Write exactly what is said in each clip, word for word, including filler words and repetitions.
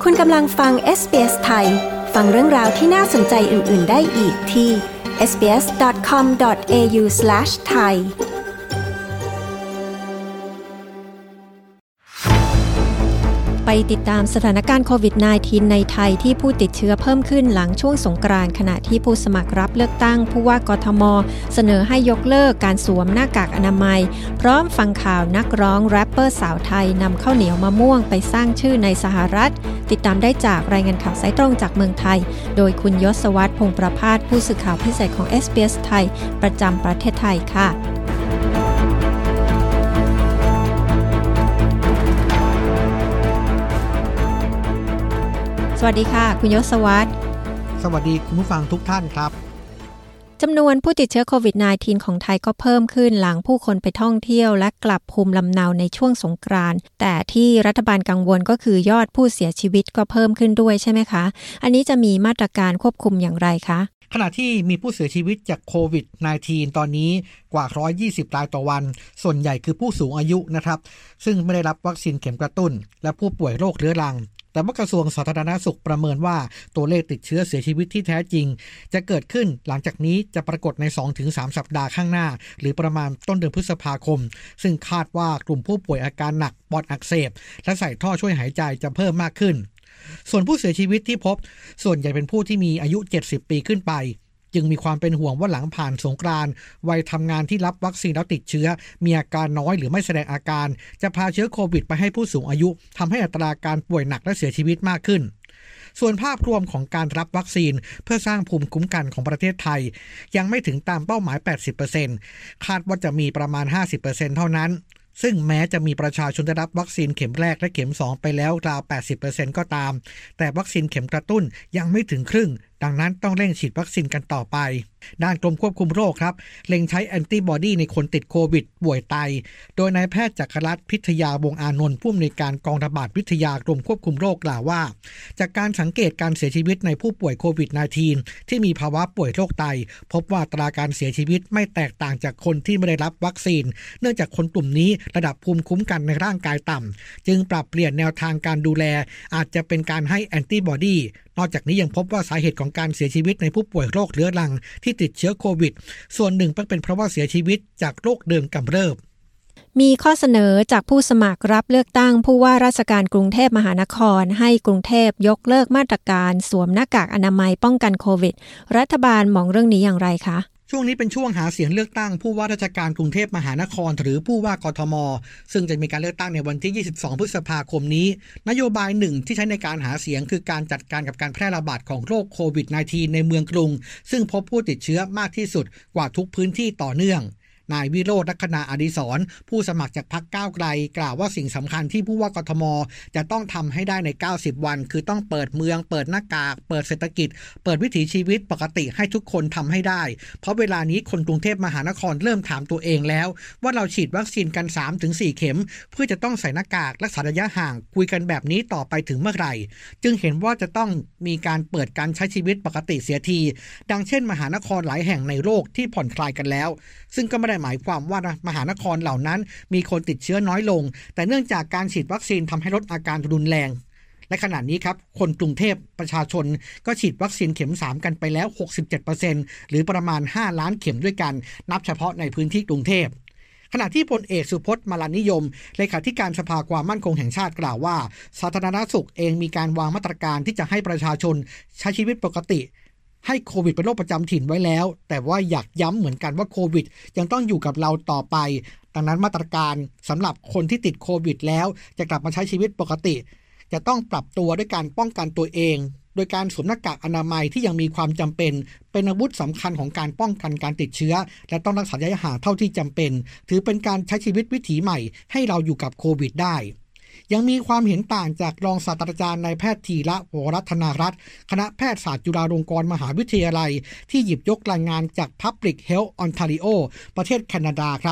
คุณกำลังฟัง เอส บี เอส ไทยฟังเรื่องราวที่น่าสนใจอื่นๆได้อีกที่ เอส บี เอส ดอท คอม ดอท เอ ยู สแลช ไทยไปติดตามสถานการณ์โควิด สิบเก้า ในไทยที่ผู้ติดเชื้อเพิ่มขึ้นหลังช่วงสงกรานต์ขณะที่ผู้สมัครรับเลือกตั้งผู้ว่ากทม.เสนอให้ยกเลิกการสวมหน้ากากอนามัยพร้อมฟังข่าวนักร้องแรปเปอร์สาวไทยนำข้าวเหนียวมะม่วงไปสร้างชื่อในสหรัฐติดตามได้จากรายงานข่าวสายตรงจากเมืองไทยโดยคุณยศวัฒน์พงษ์ประภาสผู้สื่อข่าวพิเศษของ เอส บี เอส ไทยประจำประเทศไทยค่ะสวัสดีค่ะคุณยศวัฒน์สวัสดีคุณผู้ฟังทุกท่านครับจำนวนผู้ติดเชื้อโควิด สิบเก้า ของไทยก็เพิ่มขึ้นหลังผู้คนไปท่องเที่ยวและกลับภูมิลำเนาในช่วงสงกรานต์แต่ที่รัฐบาลกังวลก็คือยอดผู้เสียชีวิตก็เพิ่มขึ้นด้วยใช่ไหมคะอันนี้จะมีมาตรการควบคุมอย่างไรคะขณะที่มีผู้เสียชีวิตจากโควิด สิบเก้า ตอนนี้กว่าหนึ่งร้อยยี่สิบรายต่อวันส่วนใหญ่คือผู้สูงอายุนะครับซึ่งไม่ได้รับวัคซีนเข็มกระตุ้นและผู้ป่วยโรคเรื้อรังแต่ว่ากระทรวงสาธารณสุขประเมินว่าตัวเลขติดเชื้อเสียชีวิตที่แท้จริงจะเกิดขึ้นหลังจากนี้จะปรากฏใน สองถึงสาม สัปดาห์ข้างหน้าหรือประมาณต้นเดือนพฤษภาคมซึ่งคาดว่ากลุ่มผู้ป่วยอาการหนักปอดอักเสบและใส่ท่อช่วยหายใจจะเพิ่มมากขึ้นส่วนผู้เสียชีวิตที่พบส่วนใหญ่เป็นผู้ที่มีอายุเจ็ดสิบปีขึ้นไปจึงมีความเป็นห่วงว่าหลังผ่านสงกรานต์วัยทำงานที่รับวัคซีนแล้วติดเชื้อมีอาการน้อยหรือไม่แสดงอาการจะพาเชื้อโควิดไปให้ผู้สูงอายุทำให้อัตราการป่วยหนักและเสียชีวิตมากขึ้นส่วนภาพรวมของการรับวัคซีนเพื่อสร้างภูมิคุ้มกันของประเทศไทยยังไม่ถึงตามเป้าหมาย แปดสิบเปอร์เซ็นต์ คาดว่าจะมีประมาณ ห้าสิบเปอร์เซ็นต์ เท่านั้นซึ่งแม้จะมีประชาชนได้รับวัคซีนเข็มแรกและเข็มสองไปแล้วราว แปดสิบเปอร์เซ็นต์ ก็ตามแต่วัคซีนเข็มกระตุ้นยังไม่ถึงครึ่งดังนั้นต้องเร่งฉีดวัคซีนกันต่อไปด้านกรมควบคุมโรคครับเล็งใช้แอนติบอดีในคนติดโควิดป่วยไตโดยนายแพทย์จักรรัตน์พิทยาวงศ์อานนท์ผู้อำนวยการกองระบาดวิทยากรมควบคุมโรคกล่าวว่าจากการสังเกตการเสียชีวิตในผู้ป่วยโควิด สิบเก้า ที่มีภาวะป่วยโรคไตพบว่าอัตราการเสียชีวิตไม่แตกต่างจากคนที่ไม่ได้รับวัคซีนเนื่องจากคนกลุ่มนี้ระดับภูมิคุ้มกันในร่างกายต่ำจึงปรับเปลี่ยนแนวทางการดูแลอาจจะเป็นการให้แอนติบอดีนอกจากนี้ยังพบว่าสาเหตุของการเสียชีวิตในผู้ป่วยโรคเรื้อรังที่ติดเชื้อโควิดส่วนหนึ่งเป็นเพราะว่าเสียชีวิตจากโรคเดิมกำเริบมีข้อเสนอจากผู้สมัครรับเลือกตั้งผู้ว่าราชการกรุงเทพมหานครให้กรุงเทพยกเลิกมาตรการสวมหน้ากากอนามัยป้องกันโควิดรัฐบาลมองเรื่องนี้อย่างไรคะช่วงนี้เป็นช่วงหาเสียงเลือกตั้งผู้ว่าราชการกรุงเทพมหานครหรือผู้ว่ากทม.ซึ่งจะมีการเลือกตั้งในวันที่ยี่สิบสองพฤษภาคมนี้นโยบายหนึ่งที่ใช้ในการหาเสียงคือการจัดการกับการแพร่ระบาดของโรคโควิด สิบเก้า ในเมืองกรุงซึ่งพบผู้ติดเชื้อมากที่สุดกว่าทุกพื้นที่ต่อเนื่องนายวิโรจน์ ลักษณะอดิศรผู้สมัครจากพรรคก้าวไกลกล่าวว่าสิ่งสำคัญที่ผู้ว่ากทม.จะต้องทำให้ได้ในเก้าสิบวันคือต้องเปิดเมืองเปิดหน้ากากเปิดเศรษฐกิจเปิดวิถีชีวิตปกติให้ทุกคนทำให้ได้เพราะเวลานี้คนกรุงเทพมหานครเริ่มถามตัวเองแล้วว่าเราฉีดวัคซีนกัน สามถึงสี่ เข็มเพื่อจะต้องใส่หน้ากากรักษาระยะห่างคุยกันแบบนี้ต่อไปถึงเมื่อไหร่จึงเห็นว่าจะต้องมีการเปิดการใช้ชีวิตปกติเสียทีดังเช่นมหานครหลายแห่งในโลกที่ผ่อนคลายกันแล้วซึ่งก็ไม่ได้หมายความว่ามหานครเหล่านั้นมีคนติดเชื้อน้อยลงแต่เนื่องจากการฉีดวัคซีนทำให้ลดอาการรุนแรงและขณะนี้ครับคนกรุงเทพประชาชนก็ฉีดวัคซีนเข็มสามกันไปแล้ว หกสิบเจ็ดเปอร์เซ็นต์ หรือประมาณห้าล้านเข็มด้วยกันนับเฉพาะในพื้นที่กรุงเทพขณะที่พลเอกสุพจน์มาลานิยมเลขาธิการสภาความมั่นคงแห่งชาติกล่าวว่าสาธารณสุขเองมีการวางมาตรการที่จะให้ประชาชนใช้ชีวิตปกติให้โควิดเป็นโรคประจำถิ่นไว้แล้วแต่ว่าอยากย้ำเหมือนกันว่าโควิดยังต้องอยู่กับเราต่อไปดังนั้นมาตรการสำหรับคนที่ติดโควิดแล้วจะกลับมาใช้ชีวิตปกติจะต้องปรับตัวด้วยการป้องกันตัวเองโดยการสวมหน้ากากอนามัยที่ยังมีความจำเป็นเป็นอาวุธสำคัญของการป้องกันการติดเชื้อและต้องรักษาระยะห่างเท่าที่จำเป็นถือเป็นการใช้ชีวิตวิถีใหม่ให้เราอยู่กับโควิดได้ยังมีความเห็นต่างจากรองศาสตราจารย์นายแพทย์ธีระวรัตนารัตน์คณะแพทยศาสตร์จุฬาลงกรณ์มหาวิทยาลัยที่หยิบยกรายงานจาก Public Health Ontario ประเทศแคนาดาครับ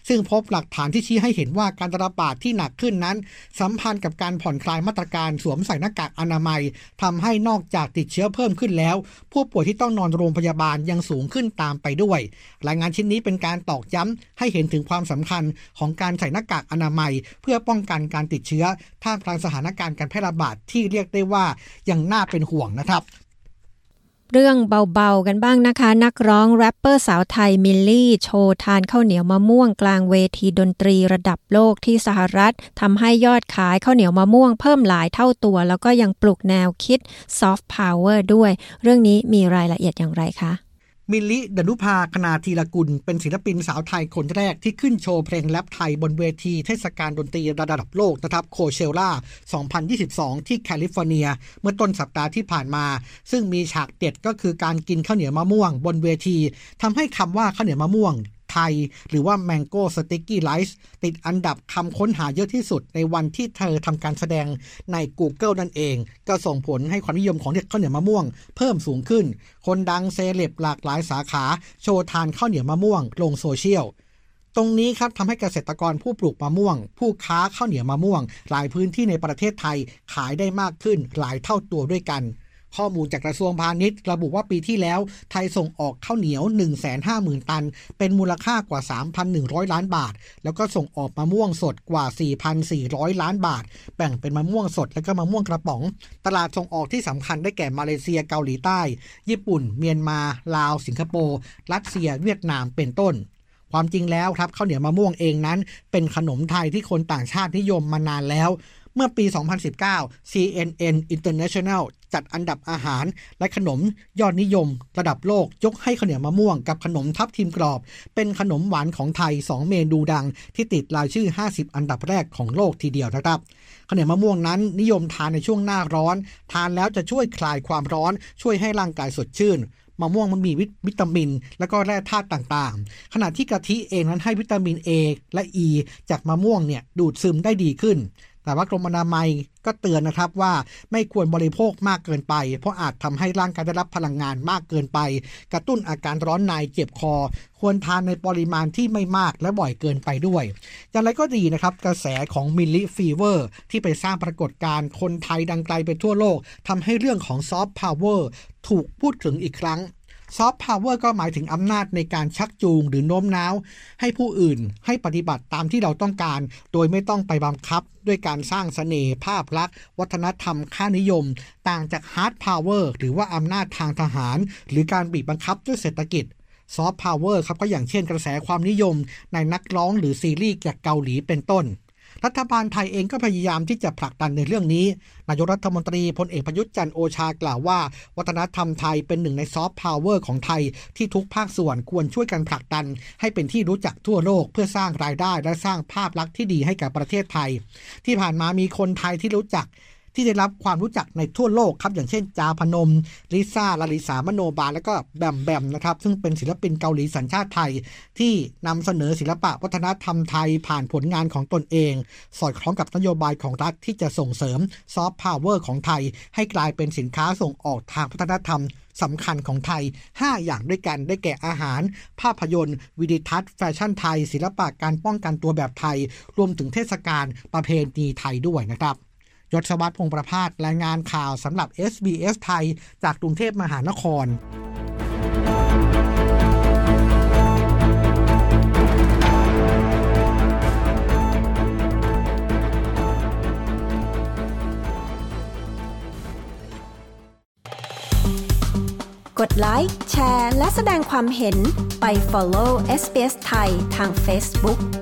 ซึ่งพบหลักฐานที่ชี้ให้เห็นว่าการระบาดที่หนักขึ้นนั้นสัมพันธ์กับการผ่อนคลายมาตรการสวมใส่หน้ากากอนามัยทำให้นอกจากติดเชื้อเพิ่มขึ้นแล้วผู้ป่วยที่ต้องนอนโรงพยาบาลยังสูงขึ้นตามไปด้วยรายงานชิ้นนี้เป็นการตอกย้ำให้เห็นถึงความสำคัญของการใส่หน้ากากอนามัยเพื่อป้องกันการติดเชื้อท่ามกลางสถานการณ์การแพร่ระบาดที่เรียกได้ว่ายังน่าเป็นห่วงนะครับเรื่องเบาๆกันบ้างนะคะนักร้องแรปเปอร์สาวไทยมิลลี่โชว์ทานข้าวเหนียวมะม่วงกลางเวทีดนตรีระดับโลกที่สหรัฐทำให้ยอดขายข้าวเหนียวมะม่วงเพิ่มหลายเท่าตัวแล้วก็ยังปลุกแนวคิดซอฟต์พาวเวอร์ด้วยเรื่องนี้มีรายละเอียดอย่างไรคะมิลลิดนุภาคณาธีรกุลเป็นศิลปินสาวไทยคนแรกที่ขึ้นโชว์เพลงแรปไทยบนเวทีเทศกาลดนตรีระดับโลกนะครับโคเชล่าสองพันยี่สิบสองที่แคลิฟอร์เนียเมื่อต้นสัปดาห์ที่ผ่านมาซึ่งมีฉากเด็ดก็คือการกินข้าวเหนียวมะม่วงบนเวทีทำให้คำว่าข้าวเหนียวมะม่วงไทยหรือว่า Mango Sticky Rice ติดอันดับคำค้นหาเยอะที่สุดในวันที่เธอทำการแสดงใน Google นั่นเองก็ส่งผลให้ความนิยมของข้าวเหนียวมะม่วงเพิ่มสูงขึ้นคนดังเซเลบหลากหลายสาขาโชว์ทานข้าวเหนียวมะม่วงลงโซเชียลตรงนี้ครับทำให้เกษตรกรผู้ปลูกมะม่วงผู้ค้าข้าวเหนียวมะม่วงหลายพื้นที่ในประเทศไทยขายได้มากขึ้นหลายเท่าตัวด้วยกันข้อมูลจากกระทรวงพาณิชย์ระบุว่าปีที่แล้วไทยส่งออกข้าวเหนียว หนึ่งแสนห้าหมื่น ตันเป็นมูลค่ากว่า สามพันหนึ่งร้อย ล้านบาทแล้วก็ส่งออกมะม่วงสดกว่า สี่พันสี่ร้อย ล้านบาทแบ่งเป็นมะม่วงสดและก็มะม่วงกระป๋องตลาดส่งออกที่สำคัญได้แก่มาเลเซียเกาหลีใต้ญี่ปุ่นเมียนมาลาวสิงคโปร์รัสเซียเวียดนามเป็นต้นความจริงแล้วครับข้าวเหนียวมะม่วงเองนั้นเป็นขนมไทยที่คนต่างชาตินิยมมานานแล้วเมื่อปี สองพันสิบเก้า ซี เอ็น เอ็น International จัดอันดับอาหารและขนมยอดนิยมระดับโลกยกให้ข้าวเหนียวมะม่วงกับขนมทับทิมกรอบเป็นขนมหวานของไทยสองเมนูดังที่ติดรายชื่อห้าสิบอันดับแรกของโลกทีเดียวนะครับข้าวเหนียวมะม่วงนั้นนิยมทานในช่วงหน้าร้อนทานแล้วจะช่วยคลายความร้อนช่วยให้ร่างกายสดชื่นมะม่วงมันมีวิตามินและก็แร่ธาตุต่างๆขณะที่กะทิเองนั้นให้วิตามิน A และ E จากมะม่วงเนี่ยดูดซึมได้ดีขึ้นแต่ว่ากรมอนามัยก็เตือนนะครับว่าไม่ควรบริโภคมากเกินไปเพราะอาจทำให้ร่างกายได้รับพลังงานมากเกินไปกระตุ้นอาการร้อนในเจ็บคอควรทานในปริมาณที่ไม่มากและบ่อยเกินไปด้วยอย่างไรก็ดีนะครับกระแสของมิลลิฟีเวอร์ที่ไปสร้างปรากฏการณ์คนไทยดังไกลไปทั่วโลกทำให้เรื่องของซอฟต์พาวเวอร์ถูกพูดถึงอีกครั้งซอฟต์พาวเวอร์ก็หมายถึงอำนาจในการชักจูงหรือโน้มน้าวให้ผู้อื่นให้ปฏิบัติตามที่เราต้องการโดยไม่ต้องไปบังคับด้วยการสร้างเสน่ห์ภาพลักษณ์วัฒนธรรมค่านิยมต่างจากฮาร์ดพาวเวอร์หรือว่าอำนาจทางทหารหรือการบีบบังคับด้วยเศรษฐกิจซอฟต์พาวเวอร์ครับก็อย่างเช่นกระแสความนิยมในนักร้องหรือซีรีส์จากเกาหลีเป็นต้นรัฐบาลไทยเองก็พยายามที่จะผลักดันในเรื่องนี้นายกรัฐมนตรีพลเอกประยุทธ์จันทร์โอชากล่าวว่าวัฒนธรรมไทยเป็นหนึ่งในซอฟต์พาวเวอร์ของไทยที่ทุกภาคส่วนควรช่วยกันผลักดันให้เป็นที่รู้จักทั่วโลกเพื่อสร้างรายได้และสร้างภาพลักษณ์ที่ดีให้กับประเทศไทยที่ผ่านมามีคนไทยที่รู้จักที่ได้รับความรู้จักในทั่วโลกครับอย่างเช่นจาพนมลิซ่าลาลิสามโนบาลและก็แบมแบมนะครับซึ่งเป็นศิลปินเกาหลีสัญชาติไทยที่นำเสนอศิลปะวัฒนธรรมไทยผ่านผลงานของตนเองสอดคล้องกับนโยบายของรัฐที่จะส่งเสริมซอฟต์พาวเวอร์ของไทยให้กลายเป็นสินค้าส่งออกทางวัฒนธรรมสำคัญของไทยห้าอย่างด้วยกันได้แก่อาหารภาพยนตร์วิดีทัศน์แฟชั่นไทยศิลปะการป้องกันตัวแบบไทยรวมถึงเทศกาลประเพณีไทยด้วยนะครับยศวัฒน์ พงษ์ประภาสรายงานข่าวสำหรับ เอส บี เอส ไทยจากกรุงเทพมหานครกดไลค์แชร์และแสดงความเห็นไป follow เอส บี เอส ไทยทาง Facebook